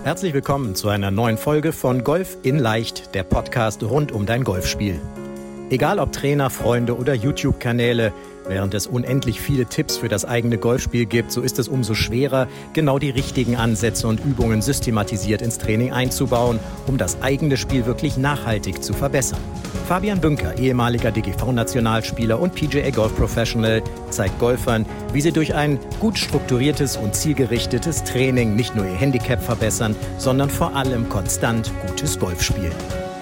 Herzlich willkommen zu einer neuen Folge von Golf in Leicht, der Podcast rund um dein Golfspiel. Egal ob Trainer, Freunde oder YouTube-Kanäle, während es unendlich viele Tipps für das eigene Golfspiel gibt, so ist es umso schwerer, genau die richtigen Ansätze und Übungen systematisiert ins Training einzubauen, um das eigene Spiel wirklich nachhaltig zu verbessern. Fabian Bünker, ehemaliger DGV-Nationalspieler und PGA Golf Professional, zeigt Golfern, wie sie durch ein gut strukturiertes und zielgerichtetes Training nicht nur ihr Handicap verbessern, sondern vor allem konstant gutes Golf spielen.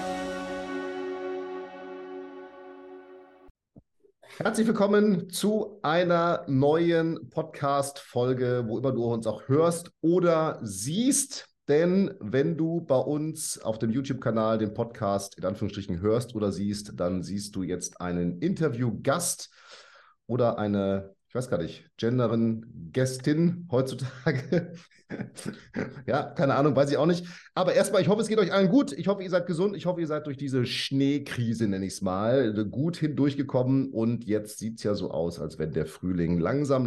Herzlich willkommen zu einer neuen Podcast-Folge, wo immer du uns auch hörst oder siehst. Denn wenn du bei uns auf dem YouTube-Kanal den Podcast in Anführungsstrichen hörst oder siehst, dann siehst du jetzt einen Interviewgast oder eine, ich weiß gar nicht, Genderin, Gästin heutzutage. Ja, keine Ahnung, weiß ich auch nicht. Aber erstmal, ich hoffe, es geht euch allen gut. Ich hoffe, ihr seid gesund. Ich hoffe, ihr seid durch diese Schneekrise, nenne ich es mal, gut hindurchgekommen. Und jetzt sieht es ja so aus, als wenn der Frühling langsam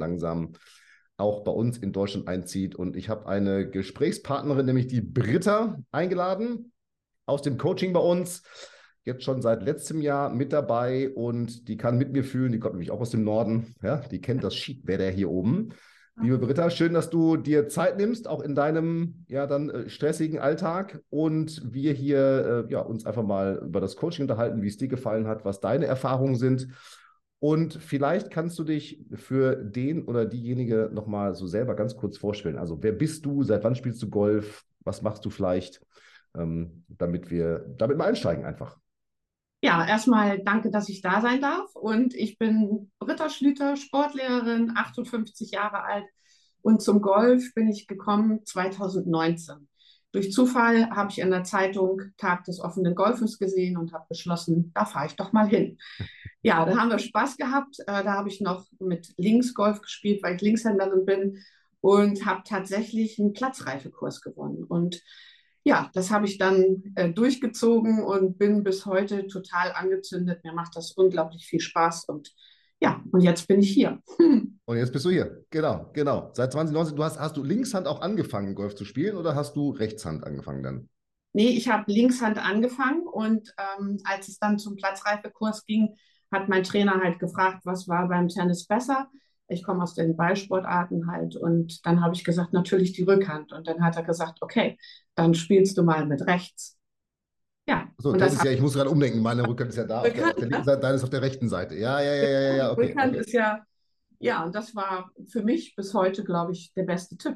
auch bei uns in Deutschland einzieht. Und ich habe eine Gesprächspartnerin, nämlich die Britta, eingeladen aus dem Coaching bei uns. Jetzt schon seit letztem Jahr mit dabei und die kann mit mir fühlen. Die kommt nämlich auch aus dem Norden. Ja, die kennt das Schiedwetter hier oben. Liebe Britta, schön, dass du dir Zeit nimmst, auch in deinem stressigen Alltag und wir hier uns einfach mal über das Coaching unterhalten, wie es dir gefallen hat, was deine Erfahrungen sind. Und vielleicht kannst du dich für den oder diejenige nochmal so selber ganz kurz vorstellen. Also wer bist du, seit wann spielst du Golf, was machst du vielleicht, damit mal einsteigen einfach. Ja, erstmal danke, dass ich da sein darf. Und ich bin Britta Schlüter, Sportlehrerin, 58 Jahre alt. Und zum Golf bin ich gekommen 2019. Durch Zufall habe ich in der Zeitung Tag des offenen Golfes gesehen und habe beschlossen, da fahre ich doch mal hin. Ja, da haben wir Spaß gehabt. Da habe ich noch mit Links Golf gespielt, weil ich Linkshänderin bin und habe tatsächlich einen Platzreifekurs gewonnen. Und ja, das habe ich dann durchgezogen und bin bis heute total angezündet. Mir macht das unglaublich viel Spaß und ja, und jetzt bin ich hier. Und jetzt bist du hier. Genau. Seit 2019, hast du Linkshand auch angefangen, Golf zu spielen oder hast du Rechtshand angefangen dann? Nee, ich habe Linkshand angefangen und als es dann zum Platzreifekurs ging, hat mein Trainer halt gefragt, was war beim Tennis besser. Ich komme aus den Ballsportarten halt und dann habe ich gesagt, natürlich die Rückhand. Und dann hat er gesagt, okay, dann spielst du mal mit rechts. Ja. So, und das ist ja, ich muss gerade umdenken, meine Rückhand ist ja da, Rückhand, auf der linken Seite, deine ist auf der rechten Seite. Ja, okay. Rückhand ist ja, und das war für mich bis heute, glaube ich, der beste Tipp.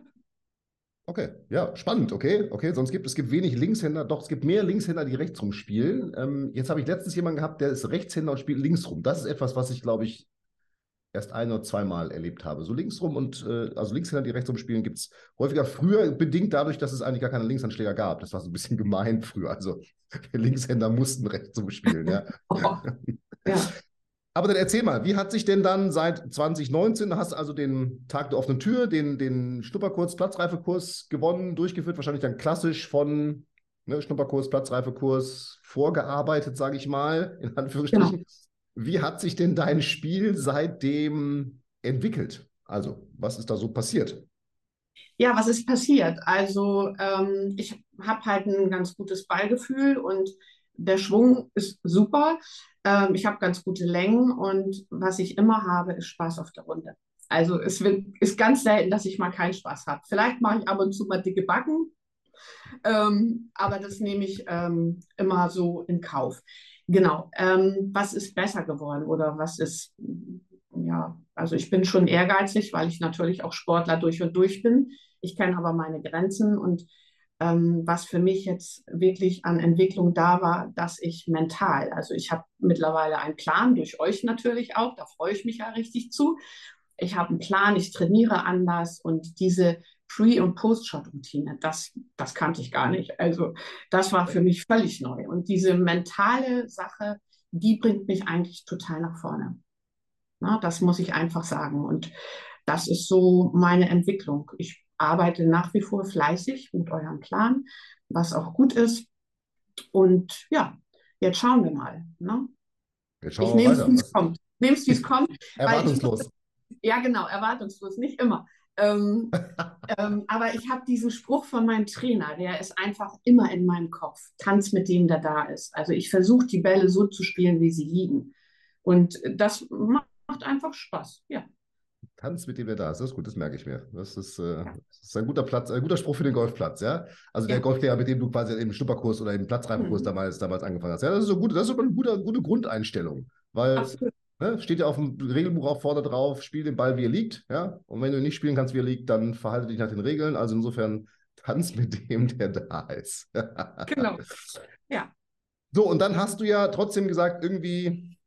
Okay, ja, spannend, okay. Es gibt wenig Linkshänder, doch, es gibt mehr Linkshänder, die rechts rum spielen. Jetzt habe ich letztens jemanden gehabt, der ist Rechtshänder und spielt links rum. Das ist etwas, was ich, glaube ich, erst ein- oder zweimal erlebt habe. So linksrum also Linkshänder, die rechtsrum spielen, gibt es häufiger. Früher bedingt dadurch, dass es eigentlich gar keine Linkshandschläger gab. Das war so ein bisschen gemein früher. Also Linkshänder mussten rechtsrum spielen, ja. Oh, ja. Aber dann erzähl mal, wie hat sich denn dann seit 2019, hast du also den Tag der offenen Tür, den Schnupperkurs, Platzreifekurs gewonnen, durchgeführt, wahrscheinlich dann klassisch von Schnupperkurs, Platzreifekurs vorgearbeitet, sage ich mal, in Anführungsstrichen. Genau. Wie hat sich denn dein Spiel seitdem entwickelt? Also, was ist da so passiert? Ja, was ist passiert? Also ich habe halt ein ganz gutes Ballgefühl und der Schwung ist super. Ich habe ganz gute Längen und was ich immer habe, ist Spaß auf der Runde. Also ist ganz selten, dass ich mal keinen Spaß habe. Vielleicht mache ich ab und zu mal dicke Backen, aber das nehme ich immer so in Kauf. Genau. Was ist besser geworden oder was ist, ja, also ich bin schon ehrgeizig, weil ich natürlich auch Sportler durch und durch bin. Ich kenne aber meine Grenzen und was für mich jetzt wirklich an Entwicklung da war, dass ich mental, also ich habe mittlerweile einen Plan, durch euch natürlich auch, da freue ich mich ja richtig zu. Ich habe einen Plan, ich trainiere anders und diese Pre- und Post-Shot-Routine, das kannte ich gar nicht. Also das war für mich völlig neu. Und diese mentale Sache, die bringt mich eigentlich total nach vorne. Na, das muss ich einfach sagen. Und das ist so meine Entwicklung. Ich arbeite nach wie vor fleißig mit eurem Plan, was auch gut ist. Und ja, jetzt schauen wir mal. Ne? Jetzt Ich schauen wir nehme es, weiter. wie es kommt. Nehme es, wie es kommt, weil ich muss, Erwartungslos. ja genau, erwartungslos, nicht immer. Aber ich habe diesen Spruch von meinem Trainer, der ist einfach immer in meinem Kopf. Tanz mit dem, der da ist. Also ich versuche die Bälle so zu spielen, wie sie liegen. Und das macht einfach Spaß. Ja. Tanz mit dem er da ist. Das ist gut, das merke ich mir. Das ist ein guter Platz, ein guter Spruch für den Golfplatz, ja. Also der Ja. Golflehrer, mit dem du quasi im Schnupperkurs oder im Platzreifenkurs Mhm. damals angefangen hast. Ja, das ist so gut, das ist aber eine gute Grundeinstellung. Weil, Absolut. ne, steht ja auf dem Regelbuch auch vorne drauf, spiel den Ball, wie er liegt, ja. Und wenn du ihn nicht spielen kannst, wie er liegt, dann verhalte dich nach den Regeln. Also insofern tanz mit dem, der da ist. Genau. Ja. So, und dann hast du ja trotzdem gesagt, irgendwie,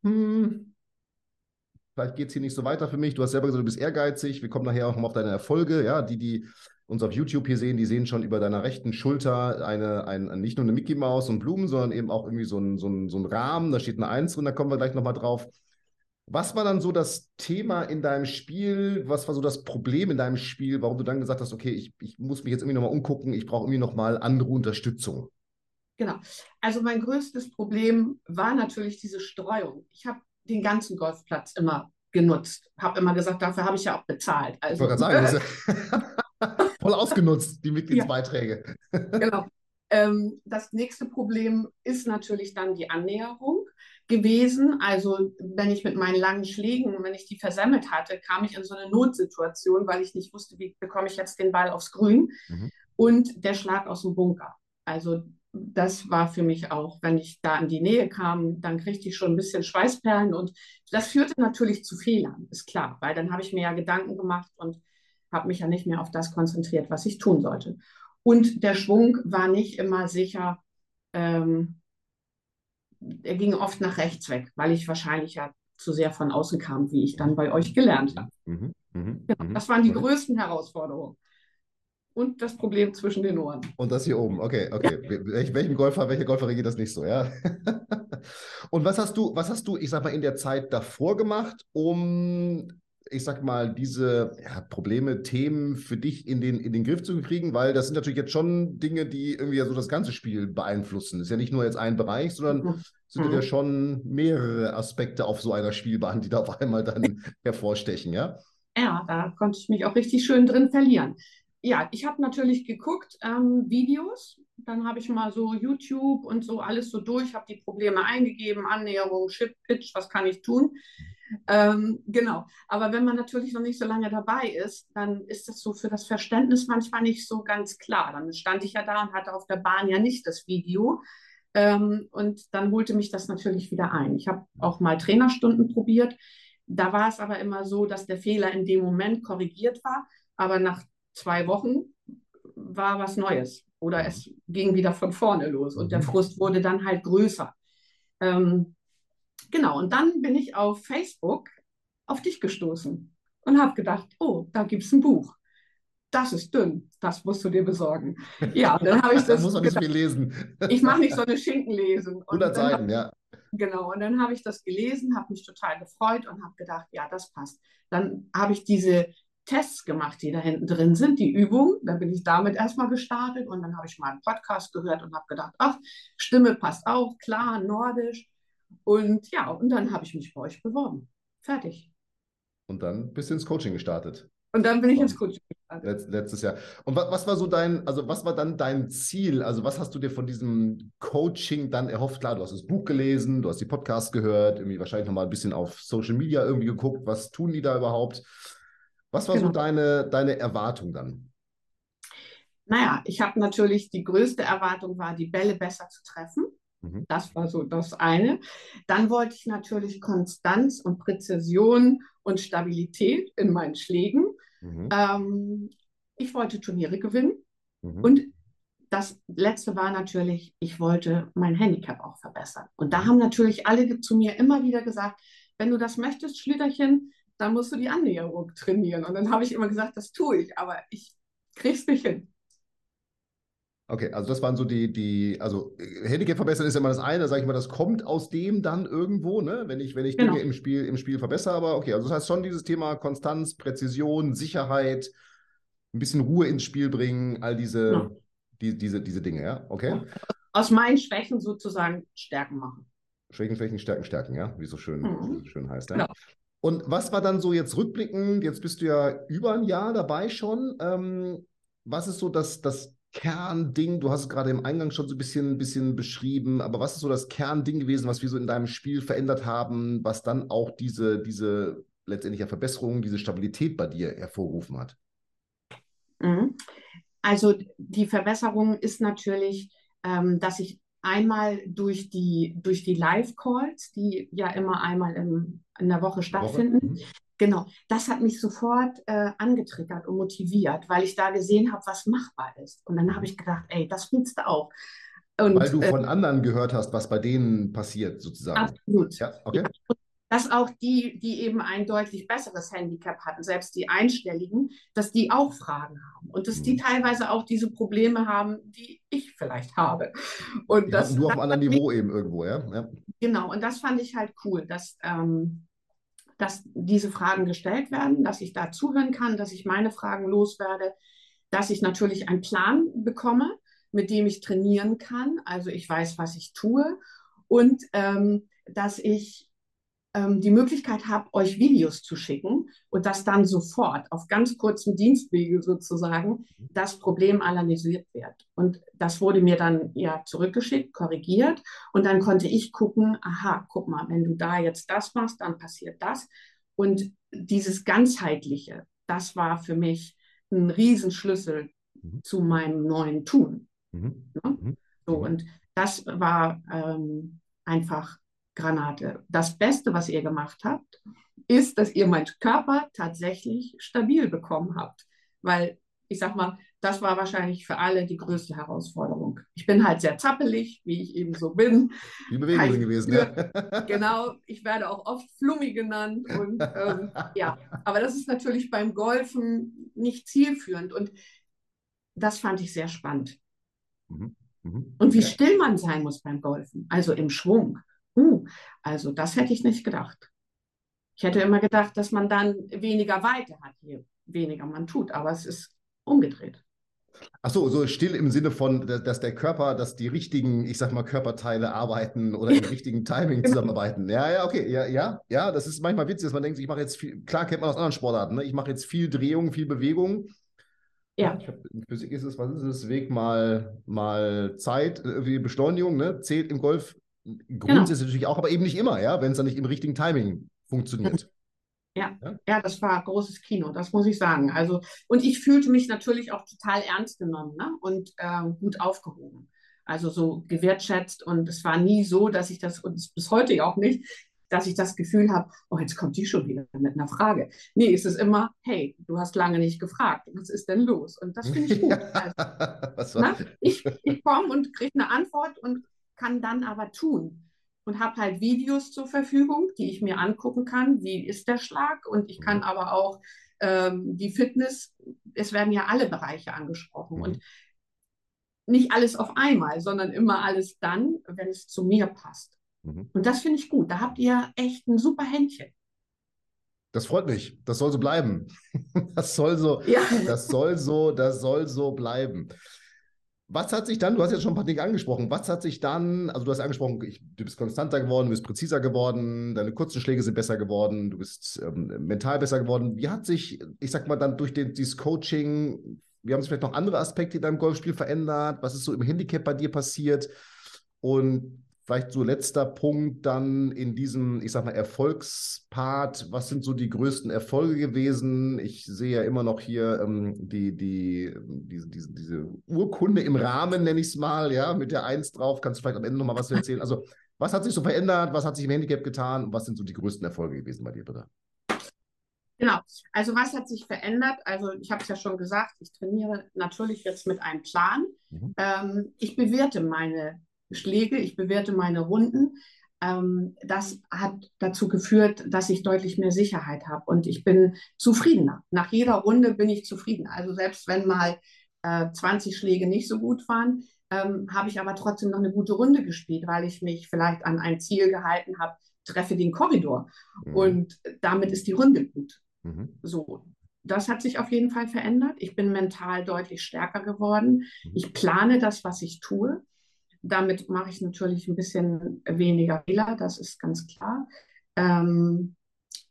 vielleicht geht es hier nicht so weiter für mich. Du hast selber gesagt, du bist ehrgeizig. Wir kommen nachher auch noch auf deine Erfolge. Ja, die uns auf YouTube hier sehen, die sehen schon über deiner rechten Schulter nicht nur eine Mickey Maus und Blumen, sondern eben auch irgendwie so ein Rahmen. Da steht eine Eins drin, da kommen wir gleich nochmal drauf. Was war dann so das Thema in deinem Spiel? Was war so das Problem in deinem Spiel, warum du dann gesagt hast, okay, ich muss mich jetzt irgendwie nochmal umgucken, ich brauche irgendwie nochmal andere Unterstützung? Genau. Also mein größtes Problem war natürlich diese Streuung. Ich habe den ganzen Golfplatz immer genutzt, habe immer gesagt, dafür habe ich ja auch bezahlt. Ich wollte Also gerade sagen, das ist ja voll ausgenutzt, die ja, Mitgliedsbeiträge. genau. Das nächste Problem ist natürlich dann die Annäherung gewesen. Also wenn ich mit meinen langen Schlägen, wenn ich die versemmelt hatte, kam ich in so eine Notsituation, weil ich nicht wusste, wie bekomme ich jetzt den Ball aufs Grün Mhm. und der Schlag aus dem Bunker. Also das war für mich auch, wenn ich da in die Nähe kam, dann kriegte ich schon ein bisschen Schweißperlen und das führte natürlich zu Fehlern, ist klar, weil dann habe ich mir ja Gedanken gemacht und habe mich ja nicht mehr auf das konzentriert, was ich tun sollte. Und der Schwung war nicht immer sicher, ähm, er ging oft nach rechts weg, weil ich wahrscheinlich ja zu sehr von außen kam, wie ich dann bei euch gelernt habe. Mhm. Mhm. Genau, Mhm. das waren die Okay. größten Herausforderungen und das Problem zwischen den Ohren. Und das hier oben, okay, okay. Welche Golferin geht das nicht so, ja? Und was hast du, ich sag mal, in der Zeit davor gemacht, um, ich sag mal, diese ja, Probleme, Themen für dich in den Griff zu kriegen? Weil das sind natürlich jetzt schon Dinge, die irgendwie ja so das ganze Spiel beeinflussen. Das ist ja nicht nur jetzt ein Bereich, sondern Mhm. sind ja Mhm. schon mehrere Aspekte auf so einer Spielbahn, die da auf einmal dann hervorstechen, ja? Ja, da konnte ich mich auch richtig schön drin verlieren. Ja, ich habe natürlich geguckt, Videos. Dann habe ich mal so YouTube und so alles so durch, habe die Probleme eingegeben, Annäherung, Chip, Pitch, was kann ich tun? Genau. Aber wenn man natürlich noch nicht so lange dabei ist, dann ist das so für das Verständnis manchmal nicht so ganz klar. Dann stand ich ja da und hatte auf der Bahn ja nicht das Video. Und dann holte mich das natürlich wieder ein. Ich habe auch mal Trainerstunden probiert. Da war es aber immer so, dass der Fehler in dem Moment korrigiert war, aber nach 2 Wochen war was Neues oder Mhm. es ging wieder von vorne los und der Mhm. Frust wurde dann halt größer. Ähm, genau, und dann bin ich auf Facebook auf dich gestoßen und habe gedacht, oh, da gibt es ein Buch. Das ist dünn, das musst du dir besorgen. Ja, und dann habe ich Da das muss man nicht so gedacht, viel lesen. ich mache nicht so eine Schinken lesen. Und 100 dann Seiten, ja. genau, und dann habe ich das gelesen, habe mich total gefreut und habe gedacht, ja, das passt. Dann habe ich diese Tests gemacht, die da hinten drin sind, die Übungen. Da bin ich damit erstmal gestartet und dann habe ich mal einen Podcast gehört und habe gedacht, ach, Stimme passt auch, klar, nordisch. Und ja, und dann habe ich mich bei euch beworben. Fertig. Und dann bist du ins Coaching gestartet. Und dann bin ich ins Und Coaching gestartet. letztes Jahr. Und was war so was war dann dein Ziel? Also was hast du dir von diesem Coaching dann erhofft? Klar, du hast das Buch gelesen, du hast die Podcasts gehört, irgendwie wahrscheinlich nochmal ein bisschen auf Social Media irgendwie geguckt, was tun die da überhaupt? Was war so Genau. deine Erwartung dann? Naja, ich habe natürlich, die größte Erwartung war, die Bälle besser zu treffen. Mhm. Das war so das eine. Dann wollte ich natürlich Konstanz und Präzision und Stabilität in meinen Schlägen. Mhm. Ähm, Ich wollte Turniere gewinnen. Mhm. Und das letzte war natürlich, ich wollte mein Handicap auch verbessern. Und da Mhm. haben natürlich alle zu mir immer wieder gesagt, wenn du das möchtest, Schlüterchen, dann musst du die Annäherung trainieren. Und dann habe ich immer gesagt, das tue ich, aber ich krieg's nicht hin. Okay, also das waren so also Handicap verbessern ist ja immer das eine, sage ich mal, das kommt aus dem dann irgendwo, ne? Wenn ich Dinge Genau. im Spiel verbessere, aber okay, also das heißt schon dieses Thema Konstanz, Präzision, Sicherheit, ein bisschen Ruhe ins Spiel bringen, all Ja. diese Dinge, ja, okay? Ja. Aus meinen Schwächen sozusagen Stärken machen. Schwächen, Schwächen, Stärken, Stärken, ja, wie es so Mhm. schön heißt, Genau. ja. Und was war dann so jetzt rückblickend? Jetzt bist du ja über ein Jahr dabei schon. Was ist so das Kernding? Du hast es gerade im Eingang schon so ein bisschen beschrieben, aber was ist so das Kernding gewesen, was wir so in deinem Spiel verändert haben, was dann auch diese letztendliche Verbesserung, diese Stabilität bei dir hervorgerufen hat? Mhm. Also die Verbesserung ist natürlich, dass ich einmal durch die Live-Calls, die ja immer einmal in der Woche Eine Woche? stattfinden, Mhm. genau, das hat mich sofort angetriggert und motiviert, weil ich da gesehen habe, was machbar ist. Und dann habe Mhm. ich gedacht, ey, das willst du auch. Weil Und du von anderen gehört hast, was bei denen passiert, sozusagen. absolut. Ja, Ja, okay. dass auch die eben ein deutlich besseres Handicap hatten, selbst die Einstelligen, dass die auch Fragen haben und dass die Mhm. teilweise auch diese Probleme haben, die ich vielleicht habe. Und Ja, das nur auf einem anderen hat mich, Niveau eben irgendwo, ja. Ja. genau, und das fand ich halt cool, dass diese Fragen gestellt werden, dass ich da zuhören kann, dass ich meine Fragen loswerde, dass ich natürlich einen Plan bekomme, mit dem ich trainieren kann. Also ich weiß, was ich tue und dass ich die Möglichkeit habe, euch Videos zu schicken und dass dann sofort auf ganz kurzem Dienstwege sozusagen das Problem analysiert wird. Und das wurde mir dann ja zurückgeschickt, korrigiert und dann konnte ich gucken, aha, guck mal, wenn du da jetzt das machst, dann passiert das. Und dieses Ganzheitliche, das war für mich ein Riesenschlüssel Mhm. zu meinem neuen Tun. Mhm. Ne? Mhm. So, Mhm. und das war einfach Granate. Das Beste, was ihr gemacht habt, ist, dass ihr meinen Körper tatsächlich stabil bekommen habt. Weil ich sag mal, das war wahrscheinlich für alle die größte Herausforderung. Ich bin halt sehr zappelig, wie ich eben so bin. Viel Bewegung sind Kein gewesen, ja. Gespür. Genau, ich werde auch oft Flummi genannt und ja, aber das ist natürlich beim Golfen nicht zielführend und das fand ich sehr spannend. Mhm. Mhm. Und wie Okay. still man sein muss beim Golfen, also im Schwung. Uh, also das hätte ich nicht gedacht. Ich hätte immer gedacht, dass man dann weniger Weite hat, je weniger man tut, aber es ist umgedreht. Ach so, so still im Sinne von, dass der Körper, dass die richtigen, ich sag mal, Körperteile arbeiten oder im richtigen Timing Genau. zusammenarbeiten. Ja, ja, okay. Ja, ja, ja, das ist manchmal witzig, dass man denkt, ich mache jetzt viel, klar kennt man aus anderen Sportarten, ne? Ich mache jetzt viel Drehung, viel Bewegung. Ja, Ja, in Physik ist es, was ist es? Weg mal Zeit, wie Beschleunigung, ne? Zählt im Golf genau. grundsätzlich natürlich auch, aber eben nicht immer, ja, wenn es dann nicht im richtigen Timing funktioniert. Ja, Ja? ja, das war großes Kino, das muss ich sagen. Also, und ich fühlte mich natürlich auch total ernst genommen, ne? Und gut aufgehoben. Also so gewertschätzt. Und es war nie so, dass ich das, und es bis heute ja auch nicht, dass ich das Gefühl habe, oh, jetzt kommt die schon wieder mit einer Frage. Nee, es ist immer, hey, du hast lange nicht gefragt. Was ist denn los? Und das finde ich gut. Also, Ja, was war? ne? Ich komme und kriege eine Antwort und kann dann aber tun. Und habe halt Videos zur Verfügung, die ich mir angucken kann. Wie ist der Schlag? Und ich kann Mhm. aber auch die Fitness, es werden ja alle Bereiche angesprochen. Mhm. Und nicht alles auf einmal, sondern immer alles dann, wenn es zu mir passt. Mhm. Und das finde ich gut. Da habt ihr echt ein super Händchen. Das freut mich. Das soll so bleiben. Das soll so, Ja, das soll so bleiben. Was hat sich dann, du hast jetzt schon ein paar Dinge angesprochen, was hat sich dann, also du hast angesprochen, du bist konstanter geworden, du bist präziser geworden, deine kurzen Schläge sind besser geworden, du bist mental besser geworden. Wie hat sich, ich sag mal, dann durch dieses Coaching, wie haben sich vielleicht noch andere Aspekte in deinem Golfspiel verändert? Was ist so im Handicap bei dir passiert? Und vielleicht so letzter Punkt dann in diesem, ich sag mal, Erfolgspart. Was sind so die größten Erfolge gewesen? Ich sehe ja immer noch hier diese Urkunde im Rahmen, nenne ich es mal, ja, mit der Eins drauf. Kannst du vielleicht am Ende nochmal was zu erzählen? Also, was hat sich so verändert? Was hat sich im Handicap getan? Und was sind so die größten Erfolge gewesen bei dir, bitte? genau. Also was hat sich verändert? Also ich habe es ja schon gesagt, ich trainiere natürlich jetzt mit einem Plan. Mhm. Ich bewerte meine Schläge, ich bewerte meine Runden. Das hat dazu geführt, dass ich deutlich mehr Sicherheit habe und ich bin zufriedener. Nach jeder Runde bin ich zufrieden. Also selbst wenn mal 20 Schläge nicht so gut waren, habe ich aber trotzdem noch eine gute Runde gespielt, weil ich mich vielleicht an ein Ziel gehalten habe, treffe den Korridor. Mhm. Und damit ist die Runde gut. Mhm. So, das hat sich auf jeden Fall verändert. Ich bin mental deutlich stärker geworden. Mhm. Ich plane das, was ich tue. Damit mache ich natürlich ein bisschen weniger Fehler, das ist ganz klar. Ähm,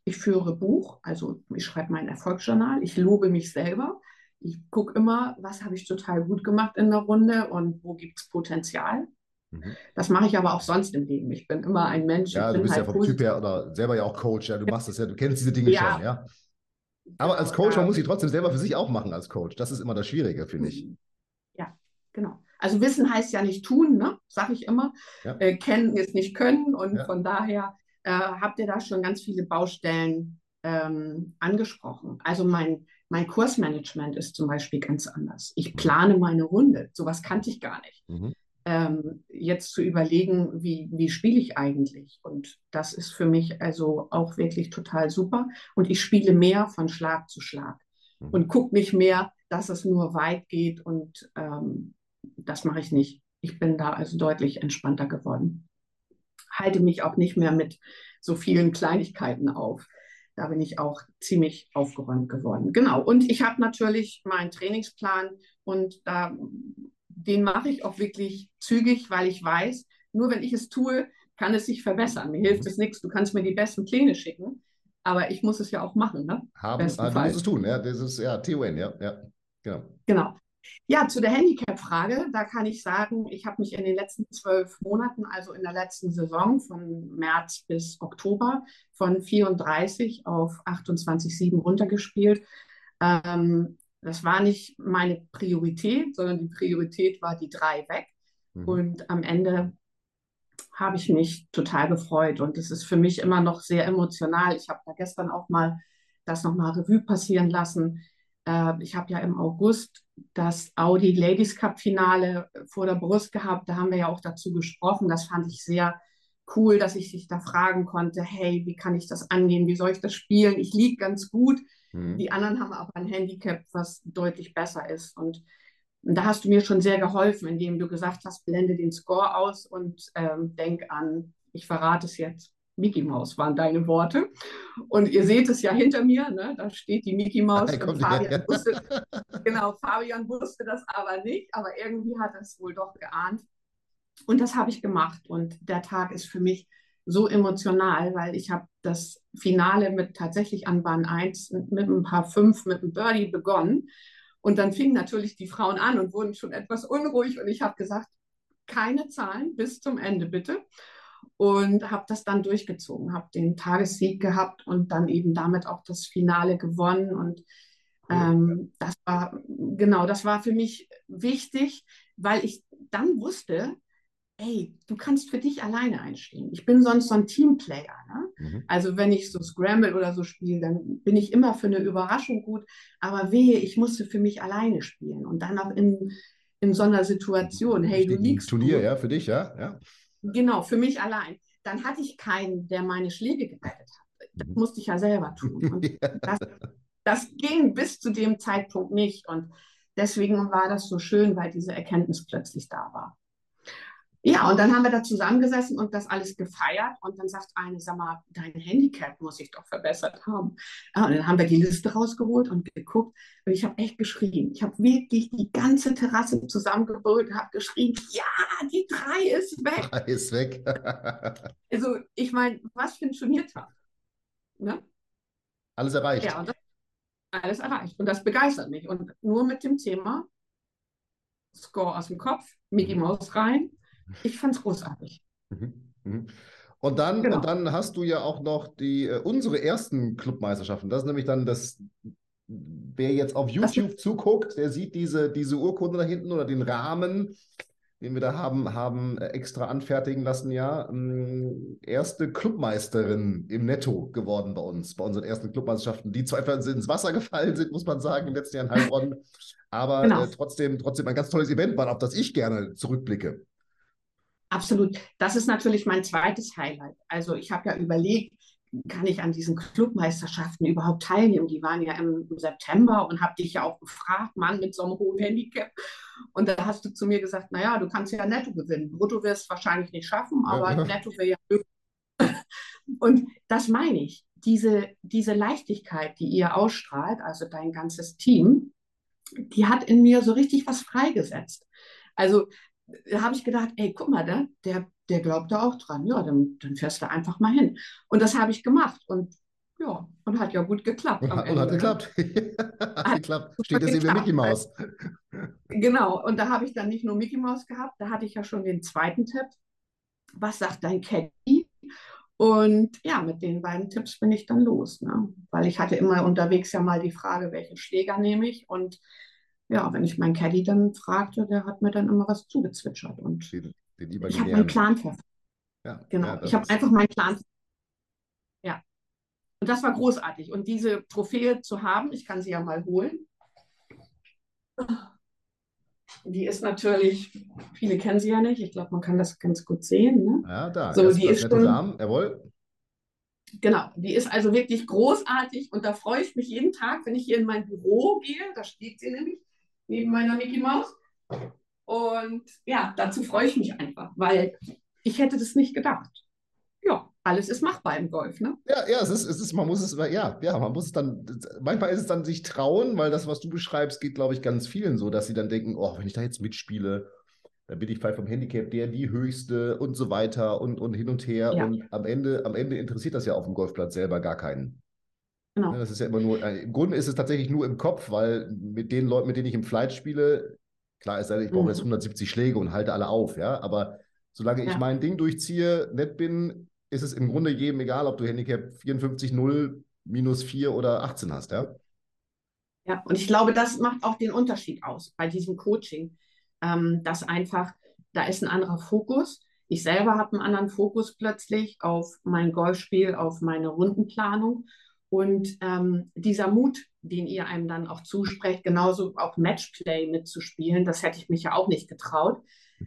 ich führe Buch, also ich schreibe mein Erfolgsjournal, ich lobe mich selber. Ich gucke immer, was habe ich total gut gemacht in der Runde und wo gibt es Potenzial. Mhm. Das mache ich aber auch sonst im Leben. Ich bin immer ein Mensch, ich Ja, du bin bist ja halt vom Typ positiv. her oder selber ja auch Coach, ja, du machst das ja, du kennst diese Dinge schon, Ja, ja. Aber als genau, Coach, man muss sie trotzdem selber für sich auch machen als Coach. Das ist immer das Schwierige, finde ich. ja, genau. Also Wissen heißt ja nicht tun, ne? Sage ich immer. Ja, Kennen ist nicht können und ja. von daher habt ihr da schon ganz viele Baustellen angesprochen. Also mein Kursmanagement ist zum Beispiel ganz anders. Ich Mhm. plane meine Runde. Sowas kannte ich gar nicht. Mhm. Jetzt zu überlegen, wie spiele ich eigentlich? Und das ist für mich also auch wirklich total super. Und ich spiele mehr von Schlag zu Schlag Mhm. und gucke nicht mehr, dass es nur weit geht. Und das mache ich nicht. Ich bin da also deutlich entspannter geworden. Halte mich auch nicht mehr mit so vielen Kleinigkeiten auf. Da bin ich auch ziemlich aufgeräumt geworden. Genau. Und ich habe natürlich meinen Trainingsplan und den mache ich auch wirklich zügig, weil ich weiß, nur wenn ich es tue, kann es sich verbessern. Mir hilft Mhm. es nichts. Du kannst mir die besten Pläne schicken, aber ich muss es ja auch machen, ne? Du musst Bestenfalls. es tun, ja. Das ist ja T-Win, ja, ja, genau. Genau. Ja, zu der Handicap-Frage, da kann ich sagen, ich habe mich in den letzten 12 Monaten, also in der letzten Saison von März bis Oktober, von 34 auf 28,7 runtergespielt. Das war nicht meine Priorität, sondern die Priorität war die 3 weg. Mhm. Und am Ende habe ich mich total gefreut. Und es ist für mich immer noch sehr emotional. Ich habe da gestern auch mal das nochmal Revue passieren lassen. Ich habe ja im August das Audi Ladies Cup Finale vor der Brust gehabt. Da haben wir ja auch dazu gesprochen. Das fand ich sehr cool, dass ich dich da fragen konnte, hey, wie kann ich das angehen? Wie soll ich das spielen? Ich liege ganz gut. Mhm. Die anderen haben aber ein Handicap, was deutlich besser ist. Und da hast du mir schon sehr geholfen, indem du gesagt hast, blende den Score aus und denk an, ich verrate es jetzt, Mickey Maus waren deine Worte. Und ihr seht es ja hinter mir, ne? Da steht die Mickey Maus Hey, und kommt her, Fabian ja. wusste, genau, Fabian wusste das aber nicht, aber irgendwie hat er es wohl doch geahnt. Und das habe ich gemacht. Und der Tag ist für mich so emotional, weil ich habe das Finale mit tatsächlich an Bahn 1 mit ein paar 5 mit einem Birdie begonnen. Und dann fingen natürlich die Frauen an und wurden schon etwas unruhig. Und ich habe gesagt, keine Zahlen bis zum Ende bitte. Und habe das dann durchgezogen, habe den Tagessieg gehabt und dann eben damit auch das Finale gewonnen. Und Cool. das war, genau, das war für mich wichtig, weil ich dann wusste, ey, du kannst für dich alleine einstehen. Ich bin sonst so ein Teamplayer. Ne? Mhm. Also wenn ich so Scramble oder so spiele, dann bin ich immer für eine Überraschung gut. Aber wehe, ich musste für mich alleine spielen. Und dann auch in so einer Situation, Im hey, du wichtigen liegst Turnier, gut, ja, für dich, ja, ja. genau, für mich allein. Dann hatte ich keinen, der meine Schläge gerettet hat. Das Mhm. musste ich ja selber tun. Und das ging bis zu dem Zeitpunkt nicht. Und deswegen war das so schön, weil diese Erkenntnis plötzlich da war. Ja, und dann haben wir da zusammengesessen und das alles gefeiert. Und dann sagt eine, sag mal, dein Handicap muss ich doch verbessert haben. Ja, und dann haben wir die Liste rausgeholt und geguckt. Und ich habe echt geschrien. Ich habe wirklich die ganze Terrasse zusammengebrüllt und habe geschrien, ja, die 3 ist weg. Drei ist weg. Also ich meine, was für ein Turniertag. Ne? Alles erreicht. Ja, und das alles erreicht. Und das begeistert mich. Und nur mit dem Thema Score aus dem Kopf, Mickey Mhm. Mouse rein. Ich fand es großartig. Mhm. Mhm. Und Genau. dann hast du ja auch noch unsere ersten Clubmeisterschaften. Das ist nämlich dann wer jetzt auf Das YouTube zuguckt, der sieht diese Urkunde da hinten oder den Rahmen, den wir da haben extra anfertigen lassen, ja. Erste Clubmeisterin im Netto geworden bei unseren ersten Clubmeisterschaften, die zwar etwas ins Wasser gefallen sind, muss man sagen, im letzten Jahr in Heilbronn, aber genau. trotzdem ein ganz tolles Event war, auf das ich gerne zurückblicke. Absolut. Das ist natürlich mein zweites Highlight. Also ich habe ja überlegt, kann ich an diesen Clubmeisterschaften überhaupt teilnehmen? Die waren ja im September und habe dich ja auch gefragt, Mann, mit so einem hohen Handicap. Und da hast du zu mir gesagt, naja, du kannst ja Netto gewinnen. Brutto wirst es wahrscheinlich nicht schaffen, Ja, aber ja. Netto wäre ja möglich. Und das meine ich. Diese Leichtigkeit, die ihr ausstrahlt, also dein ganzes Team, die hat in mir so richtig was freigesetzt. Also da habe ich gedacht, ey, guck mal, der glaubt da auch dran. Ja, dann fährst du einfach mal hin. Und das habe ich gemacht. Und Ja, und hat ja gut geklappt am Und hat Ende, ne? geklappt. Hat Hat geklappt. Steht super jetzt eben Mickey geklappt. Mouse. Genau, und da habe ich dann nicht nur Mickey Mouse gehabt, da hatte ich ja schon den zweiten Tipp. Was sagt dein Caddy? Und ja, mit den beiden Tipps bin ich dann los, ne? Weil ich hatte immer unterwegs ja mal die Frage, welchen Schläger nehme ich? Und ja, wenn ich meinen Caddy dann fragte, der hat mir dann immer was zugezwitschert. Und Den ich habe meinen imaginären. Plan verfolgt. Ja, ja, Genau, ich das habe ist. einfach meinen Plan. Ja, und das war großartig. Und diese Trophäe zu haben, ich kann sie ja mal holen. Die ist natürlich, viele kennen sie ja nicht. Ich glaube, man kann das ganz gut sehen. Ne? Ja, da. So, Erst die das ist nette schon, Rahmen. Jawohl. genau, die ist also wirklich großartig. Und da freue ich mich jeden Tag, wenn ich hier in mein Büro gehe. Da steht sie nämlich neben meiner Mickey Maus. Und ja, dazu freue ich mich einfach, weil ich hätte das nicht gedacht. Ja, alles ist machbar im Golf, ne? Ja, ja, man muss es, ja, man muss es dann, manchmal ist es dann sich trauen, weil das, was du beschreibst, geht, glaube ich, ganz vielen so, dass sie dann denken, oh, wenn ich da jetzt mitspiele, dann bin ich vielleicht vom Handicap die höchste und so weiter und hin und her. Ja, Und am Ende interessiert das ja auf dem Golfplatz selber gar keinen. Ne, genau. das ist ja immer nur, im Grunde ist es tatsächlich nur im Kopf, weil mit den Leuten, mit denen ich im Flight spiele, klar ist, ich brauche jetzt Mhm. 170 Schläge und halte alle auf, ja, aber solange ich Ja. mein Ding durchziehe, nett bin, ist es im Grunde jedem egal, ob du Handicap 54, 0, -4 oder 18 hast, ja. Ja, und ich glaube, das macht auch den Unterschied aus bei diesem Coaching, dass einfach, da ist ein anderer Fokus. Ich selber habe einen anderen Fokus plötzlich auf mein Golfspiel, auf meine Rundenplanung. Und dieser Mut, den ihr einem dann auch zusprecht, genauso auch Matchplay mitzuspielen, das hätte ich mich ja auch nicht getraut.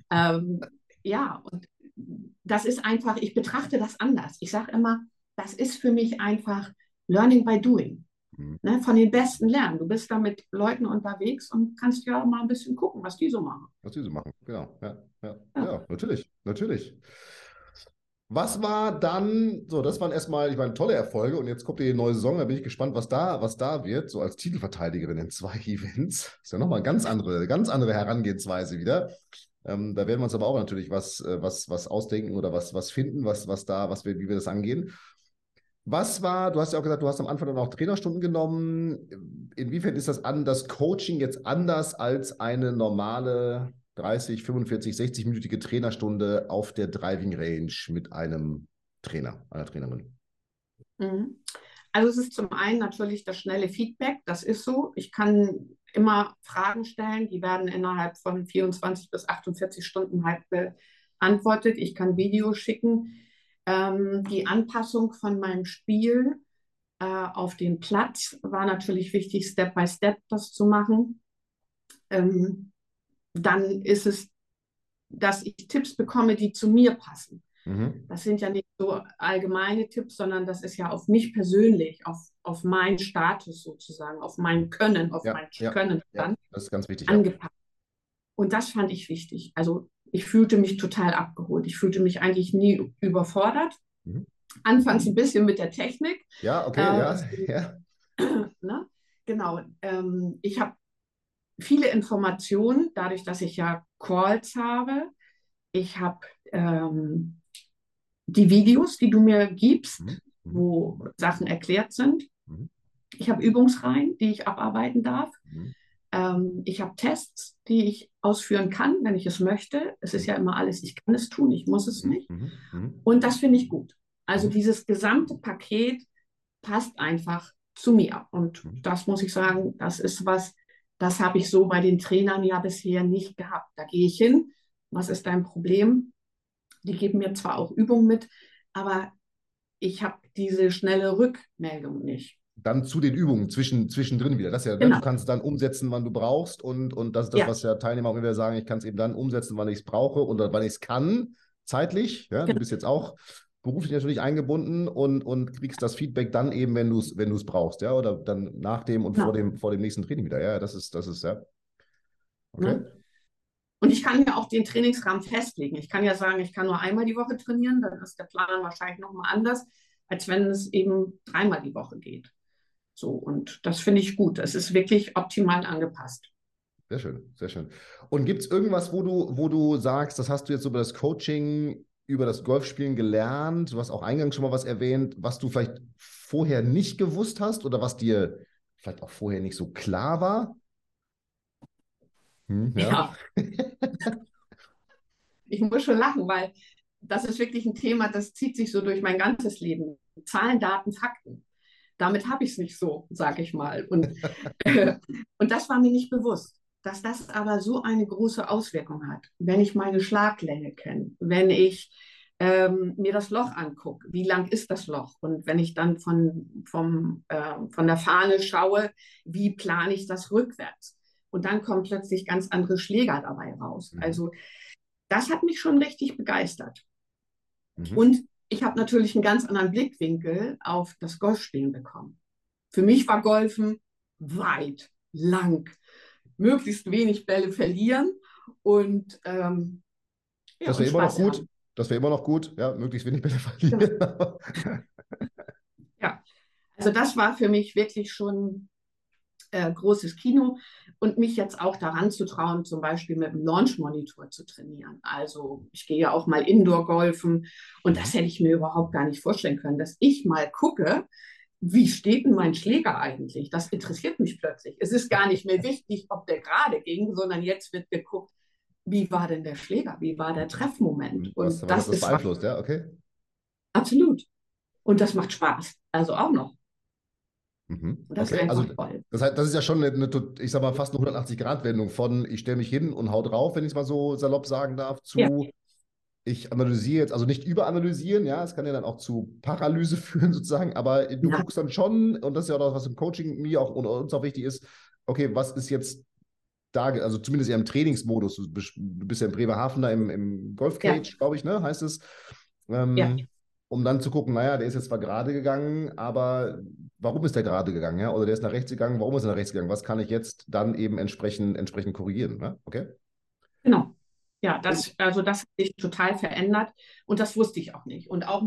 Ja, und das ist einfach, ich betrachte das anders. Ich sage immer, das ist für mich einfach Learning by Doing. Mhm. Ne, von den Besten lernen. Du bist da mit Leuten unterwegs und kannst ja mal ein bisschen gucken, was die so machen. Was die so machen, genau, ja, ja, Ja. ja, natürlich, natürlich. Was war dann, so, das waren erstmal, ich meine, tolle Erfolge und jetzt kommt die neue Saison, da bin ich gespannt, was da wird, so als Titelverteidigerin in 2 Events. Ist ja nochmal eine ganz andere Herangehensweise wieder. Da werden wir uns aber auch natürlich was ausdenken oder was finden, wie wir das angehen. Du hast ja auch gesagt, du hast am Anfang dann auch Trainerstunden genommen. Inwiefern ist das Coaching jetzt anders als eine normale 30, 45, 60-minütige Trainerstunde auf der Driving Range mit einem Trainer, einer Trainerin? Mhm. Also es ist zum einen natürlich das schnelle Feedback, das ist so. Ich kann immer Fragen stellen, die werden innerhalb von 24 bis 48 Stunden halt beantwortet. Ich kann Videos schicken. Die Anpassung von meinem Spiel auf den Platz war natürlich wichtig, Step by Step das zu machen. Ähm, Dann ist es, dass ich Tipps bekomme, die zu mir passen. Mhm. Das sind ja nicht so allgemeine Tipps, sondern das ist ja auf mich persönlich, auf meinen Status sozusagen, auf mein Können, auf Ja, mein ja, Können ja, dann das ist ganz wichtig, ja. angepasst. Und das fand ich wichtig. Also ich fühlte mich total abgeholt. Ich fühlte mich eigentlich nie überfordert. Mhm. Anfangs ein bisschen mit der Technik. Ja, okay, ja, Es, ja. ne? Genau. Ich habe viele Informationen, dadurch, dass ich ja Calls habe. Ich habe die Videos, die du mir gibst, Mhm. Mhm. wo Sachen erklärt sind. Mhm. Ich habe Übungsreihen, die ich abarbeiten darf. Mhm. Ich habe Tests, die ich ausführen kann, wenn ich es möchte. Es ist Mhm. ja immer alles, ich kann es tun, ich muss es Mhm. nicht. Mhm. Mhm. Und das finde ich gut. Also Mhm. dieses gesamte Paket passt einfach zu mir. Und Mhm. das muss ich sagen, das ist was, das habe ich so bei den Trainern ja bisher nicht gehabt. Da gehe ich hin. Was ist dein Problem? Die geben mir zwar auch Übungen mit, aber ich habe diese schnelle Rückmeldung nicht. Dann zu den Übungen zwischendrin wieder. Das ja, ne? Du Genau, kannst es dann umsetzen, wann du brauchst und das ist das, ja, was ja Teilnehmer auch immer wieder sagen, ich kann es eben dann umsetzen, wann ich es brauche oder wann ich es kann, zeitlich. Ja? Du genau, bist jetzt auch beruflich natürlich eingebunden und kriegst das Feedback dann eben, wenn du es brauchst, ja, oder dann nach dem und vor genau. dem nächsten Training wieder. Ja, das ist, ja. Okay. Ne? Und ich kann ja auch den Trainingsrahmen festlegen. Ich kann ja sagen, ich kann nur einmal die Woche trainieren, dann ist der Plan wahrscheinlich nochmal anders, als wenn es eben dreimal die Woche geht. So, und das finde ich gut. Es ist wirklich optimal angepasst. Sehr schön, sehr schön. Und gibt es irgendwas, wo du sagst, das hast du jetzt über das Coaching über das Golfspielen gelernt? Du hast auch eingangs schon mal was erwähnt, was du vielleicht vorher nicht gewusst hast oder was dir vielleicht auch vorher nicht so klar war? Ja. Ja, ich muss schon lachen, weil das ist wirklich ein Thema, das zieht sich so durch mein ganzes Leben. Zahlen, Daten, Fakten. Damit habe ich es nicht so, sage ich mal. Und das war mir nicht bewusst, dass das aber so eine große Auswirkung hat. Wenn ich meine Schlaglänge kenne, wenn ich mir das Loch angucke, wie lang ist das Loch? Und wenn ich dann von der Fahne schaue, wie plane ich das rückwärts? Und dann kommen plötzlich ganz andere Schläger dabei raus. Mhm. Also das hat mich schon richtig begeistert. Mhm. Und ich habe natürlich einen ganz anderen Blickwinkel auf das Golfspielen bekommen. Für mich war Golfen weit, lang, möglichst wenig Bälle verlieren und, ja, Das und wäre immer noch Spaß gut. haben. Das wäre immer noch gut. Ja, möglichst wenig Bälle Genau. verlieren. Ja, also das war für mich wirklich schon großes Kino und mich jetzt auch daran zu trauen, zum Beispiel mit dem Launch-Monitor zu trainieren. Also ich gehe ja auch mal Indoor-Golfen und das Mhm. hätte ich mir überhaupt gar nicht vorstellen können, dass ich mal gucke, wie steht denn mein Schläger eigentlich? Das interessiert mich plötzlich. Es ist gar nicht mehr wichtig, ob der gerade ging, sondern jetzt wird geguckt, wie war denn der Schläger? Wie war der Treffmoment? Was, Und was hat das das ist was, beeinflusst? Ja, okay. absolut. Und das macht Spaß. Also auch noch. Mhm. Und das ist Okay, also einfach toll. das heißt, das ist ja schon ich sag mal, fast eine 180-Grad-Wendung von ich stelle mich hin und hau drauf, wenn ich es mal so salopp sagen darf, Ja, zu ich analysiere jetzt, also nicht überanalysieren, ja, es kann ja dann auch zu Paralyse führen sozusagen, aber du ja, guckst dann schon, und das ist ja auch das, was im Coaching mir auch und uns auch wichtig ist, okay, was ist jetzt da, also zumindest ja im Trainingsmodus, du bist ja in Bremerhaven da im ja, Golfcage, glaube ich, ne, heißt es, ja. um dann zu gucken, naja, der ist jetzt zwar gerade gegangen, aber warum ist der gerade gegangen, ja, oder der ist nach rechts gegangen, warum ist er nach rechts gegangen, was kann ich jetzt dann eben entsprechend korrigieren, ne? Okay? Genau. Ja, Und also das hat sich total verändert und das wusste ich auch nicht. Und auch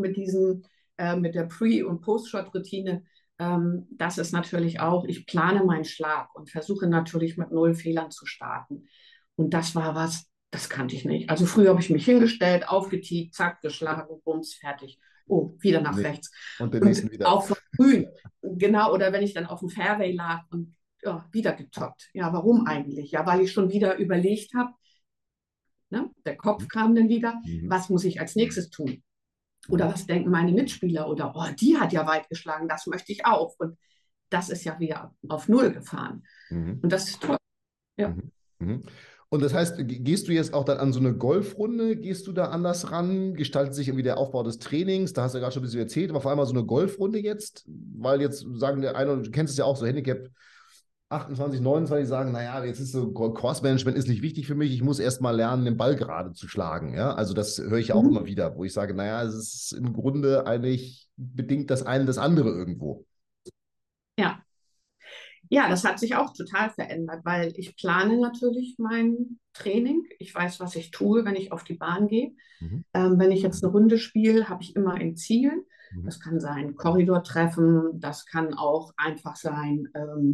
mit der Pre- und Post-Shot-Routine, das ist natürlich auch, ich plane meinen Schlag und versuche natürlich mit 0 Fehlern zu starten. Und das war was, das kannte ich nicht. Also früher habe ich mich hingestellt, aufgetiegt, zack, geschlagen, bums, fertig. Oh, wieder nach nee. rechts. Und den Und nächsten wieder. auch von Grün, genau, oder wenn ich dann auf dem Fairway lag und ja, wieder getoppt. Ja, warum eigentlich? Ja, weil ich schon wieder überlegt habe, ne? Der Kopf kam dann wieder, Mhm. was muss ich als nächstes tun? Oder Mhm. was denken meine Mitspieler? Oder, oh, die hat ja weit geschlagen, das möchte ich auch. Und das ist ja wieder auf Null gefahren. Mhm. Und das ist toll. Ja. Mhm. Mhm. Und das heißt, gehst du jetzt auch dann an so eine Golfrunde, gehst du da anders ran? Gestaltet sich irgendwie der Aufbau des Trainings? Da hast du ja gerade schon ein bisschen erzählt, aber vor allem mal so eine Golfrunde jetzt, weil jetzt sagen der eine, du kennst es ja auch, so Handicap 28, 29 sagen, naja, jetzt ist so Course-Management ist nicht wichtig für mich, ich muss erst mal lernen, den Ball gerade zu schlagen. Ja? Also das höre ich ja auch Mhm. immer wieder, wo ich sage, naja, es ist im Grunde eigentlich bedingt das eine das andere irgendwo. Ja. Ja, das hat sich auch total verändert, weil ich plane natürlich mein Training. Ich weiß, was ich tue, wenn ich auf die Bahn gehe. Mhm. Wenn ich jetzt eine Runde spiele, habe ich immer ein Ziel. Mhm. Das kann sein Korridortreffen, das kann auch einfach sein,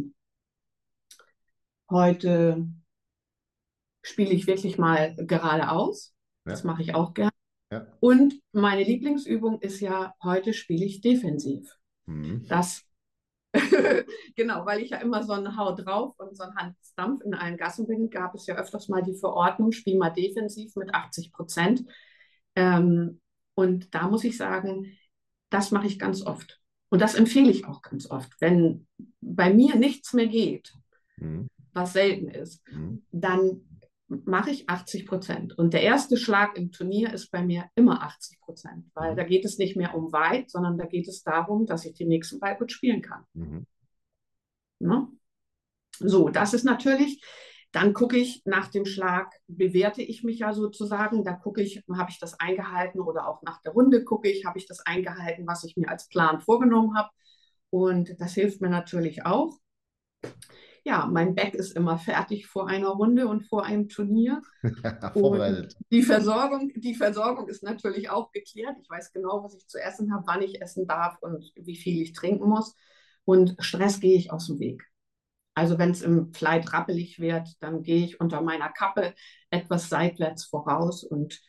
heute spiele ich wirklich mal geradeaus. Das Ja, mache ich auch gern. ja. Und meine Lieblingsübung ist ja, heute spiele ich defensiv. Mhm. Das, genau, weil ich ja immer so einen Hau drauf und so einen Handdampf in allen Gassen bin, gab es ja öfters mal die Verordnung, spiel mal defensiv mit 80%. Und da muss ich sagen, das mache ich ganz oft. Und das empfehle ich auch ganz oft. Wenn bei mir nichts mehr geht, Mhm. was selten ist, Mhm. dann mache ich 80%. Und der erste Schlag im Turnier ist bei mir immer 80%, weil Mhm. da geht es nicht mehr um weit, sondern da geht es darum, dass ich den nächsten Ball gut spielen kann. Mhm. Ne? So, das ist natürlich, dann gucke ich nach dem Schlag, bewerte ich mich ja sozusagen, da gucke ich, habe ich das eingehalten oder auch nach der Runde gucke ich, habe ich das eingehalten, was ich mir als Plan vorgenommen habe. Und das hilft mir natürlich auch. Ja, mein Back ist immer fertig vor einer Runde und vor einem Turnier. Und Vorbereitet. die Versorgung ist natürlich auch geklärt. Ich weiß genau, was ich zu essen habe, wann ich essen darf und wie viel ich trinken muss. Und Stress gehe ich aus dem Weg. Also wenn es im Flight rappelig wird, dann gehe ich unter meiner Kappe etwas seitwärts voraus und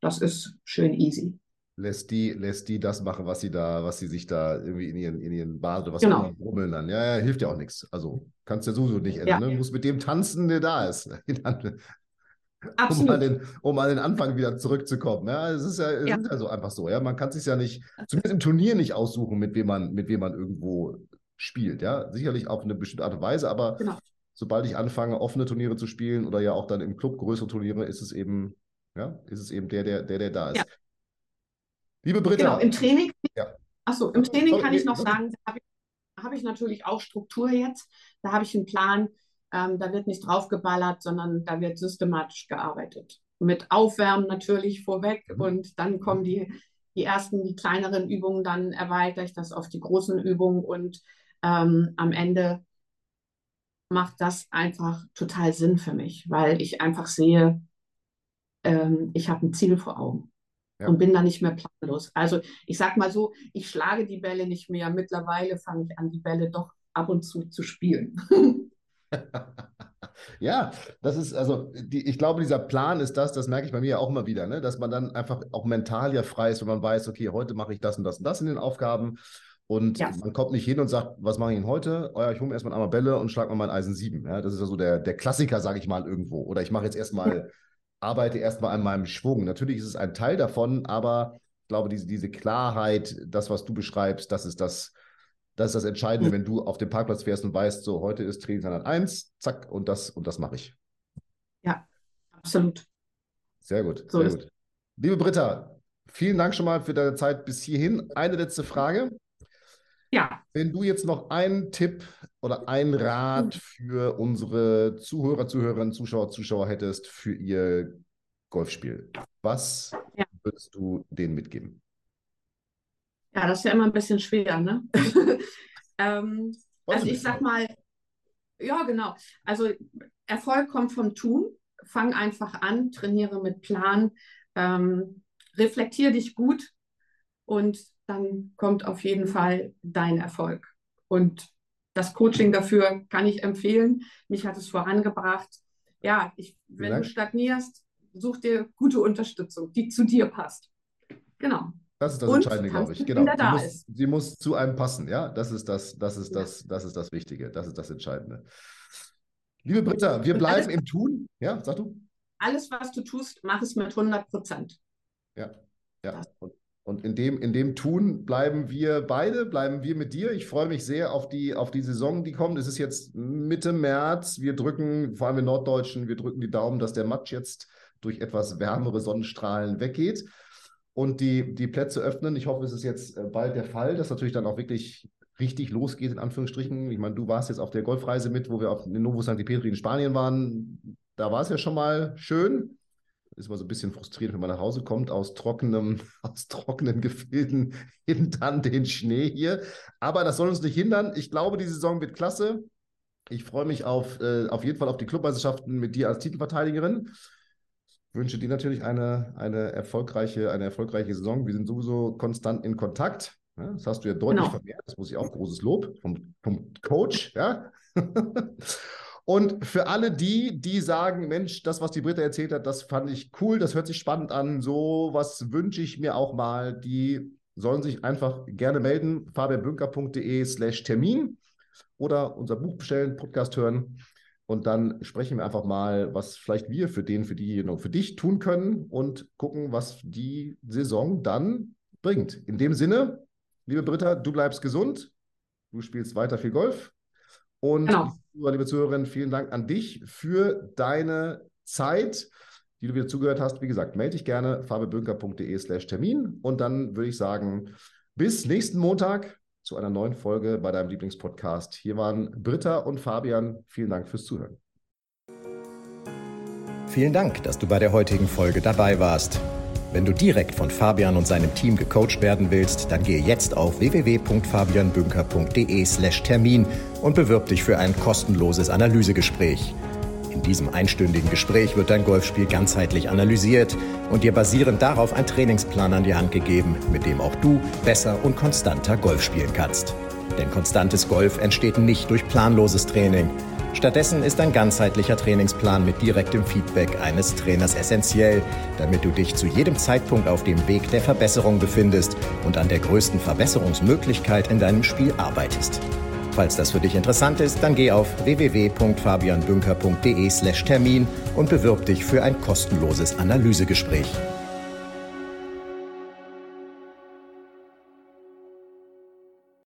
das ist schön easy. Lässt die das machen, was sie sich da irgendwie in ihren Bart oder was Genau. auch immer brummeln dann. Ja, hilft ja auch nichts. Also kannst ja sowieso nicht ändern. Ja. Ne? Du musst mit dem tanzen, der da ist. Absolut. Um an den Anfang wieder zurückzukommen. Ja, es ist ja so einfach so. Ja, man kann es sich ja nicht, zumindest im Turnier nicht aussuchen, mit wem man irgendwo spielt. Ja, sicherlich auf eine bestimmte Art und Weise, aber Genau. sobald ich anfange, offene Turniere zu spielen oder ja auch dann im Club größere Turniere, ist es eben der da ist. Ja. Liebe Britta. Genau, im Training. Ja. Achso, im Training kann ich noch sagen, da habe ich natürlich auch Struktur jetzt. Da habe ich einen Plan. Da wird nicht draufgeballert, sondern da wird systematisch gearbeitet. Mit Aufwärmen natürlich vorweg und dann kommen die kleineren Übungen, dann erweitere ich das auf die großen Übungen und am Ende macht das einfach total Sinn für mich, weil ich einfach sehe, ich habe ein Ziel vor Augen. Ja. Und bin da nicht mehr planlos. Also ich sag mal so, ich schlage die Bälle nicht mehr. Mittlerweile fange ich an, die Bälle doch ab und zu spielen. Ja, das ist, also ich glaube, dieser Plan ist das merke ich bei mir ja auch immer wieder, ne? Dass man dann einfach auch mental ja frei ist, wenn man weiß, okay, heute mache ich das und das und das in den Aufgaben und man kommt nicht hin und sagt, was mache ich denn heute? Oh ja, ich hole mir erstmal einmal Bälle und schlage mal mein Eisen 7. Ja? Das ist ja so der Klassiker, sage ich mal, irgendwo. Oder ich mache jetzt arbeite erstmal an meinem Schwung. Natürlich ist es ein Teil davon, aber ich glaube, diese Klarheit, das, was du beschreibst, das ist das Entscheidende, wenn du auf dem Parkplatz fährst und weißt, so, heute ist Trainingseinheit 1, zack, und das mache ich. Ja, absolut. Sehr gut, sehr gut. Liebe Britta, vielen Dank schon mal für deine Zeit bis hierhin. Eine letzte Frage. Ja. Wenn du jetzt noch einen Tipp oder einen Rat für unsere Zuhörerinnen, Zuschauer hättest für ihr Golfspiel, was würdest du denen mitgeben? Ja, das ist ja immer ein bisschen schwer, ne? Also ich sag mal, ja, genau. Also Erfolg kommt vom Tun. Fang einfach an, trainiere mit Plan, reflektiere dich gut und dann kommt auf jeden Fall dein Erfolg. Und das Coaching dafür kann ich empfehlen. Mich hat es vorangebracht. Ja, wenn du stagnierst, such dir gute Unterstützung, die zu dir passt. Genau. Das ist das Entscheidende, glaube ich. Genau. Sie muss zu einem passen, ja. Das ist das Wichtige. Das ist das Entscheidende. Liebe Britta, wir bleiben im Tun. Ja, sag du. Alles, was du tust, mach es mit 100%. Ja. Und in dem Tun bleiben wir mit dir. Ich freue mich sehr auf die Saison, die kommt. Es ist jetzt Mitte März. Wir drücken, vor allem wir Norddeutschen, die Daumen, dass der Matsch jetzt durch etwas wärmere Sonnenstrahlen weggeht und die Plätze öffnen. Ich hoffe, es ist jetzt bald der Fall, dass natürlich dann auch wirklich richtig losgeht, in Anführungsstrichen. Ich meine, du warst jetzt auf der Golfreise mit, wo wir auf den Novo Sancti Petri in Spanien waren. Da war es ja schon mal schön. Ist mal so ein bisschen frustrierend, wenn man nach Hause kommt aus trockenen Gefilden in dann den Schnee hier. Aber das soll uns nicht hindern. Ich glaube, die Saison wird klasse. Ich freue mich auf jeden Fall auf die Clubmeisterschaften mit dir als Titelverteidigerin. Ich wünsche dir natürlich eine erfolgreiche Saison. Wir sind sowieso konstant in Kontakt. Ja, das hast du ja deutlich vermehrt. Das muss ich auch, großes Lob vom Coach. Ja. Und für alle die sagen, Mensch, das, was die Britta erzählt hat, das fand ich cool, das hört sich spannend an, so was wünsche ich mir auch mal, die sollen sich einfach gerne melden, fabianbünker.de/Termin oder unser Buch bestellen, Podcast hören und dann sprechen wir einfach mal, was vielleicht wir für dich tun können und gucken, was die Saison dann bringt. In dem Sinne, liebe Britta, du bleibst gesund, du spielst weiter viel Golf. Und liebe Zuhörerinnen, vielen Dank an dich für deine Zeit, die du wieder zugehört hast. Wie gesagt, melde dich gerne, fabianbünker.de/Termin. Und dann würde ich sagen, bis nächsten Montag zu einer neuen Folge bei deinem Lieblingspodcast. Hier waren Britta und Fabian. Vielen Dank fürs Zuhören. Vielen Dank, dass du bei der heutigen Folge dabei warst. Wenn du direkt von Fabian und seinem Team gecoacht werden willst, dann gehe jetzt auf www.fabianbünker.de/Termin und bewirb dich für ein kostenloses Analysegespräch. In diesem einstündigen Gespräch wird dein Golfspiel ganzheitlich analysiert und dir basierend darauf ein Trainingsplan an die Hand gegeben, mit dem auch du besser und konstanter Golf spielen kannst. Denn konstantes Golf entsteht nicht durch planloses Training. Stattdessen ist ein ganzheitlicher Trainingsplan mit direktem Feedback eines Trainers essentiell, damit du dich zu jedem Zeitpunkt auf dem Weg der Verbesserung befindest und an der größten Verbesserungsmöglichkeit in deinem Spiel arbeitest. Falls das für dich interessant ist, dann geh auf www.fabianbünker.de/Termin und bewirb dich für ein kostenloses Analysegespräch.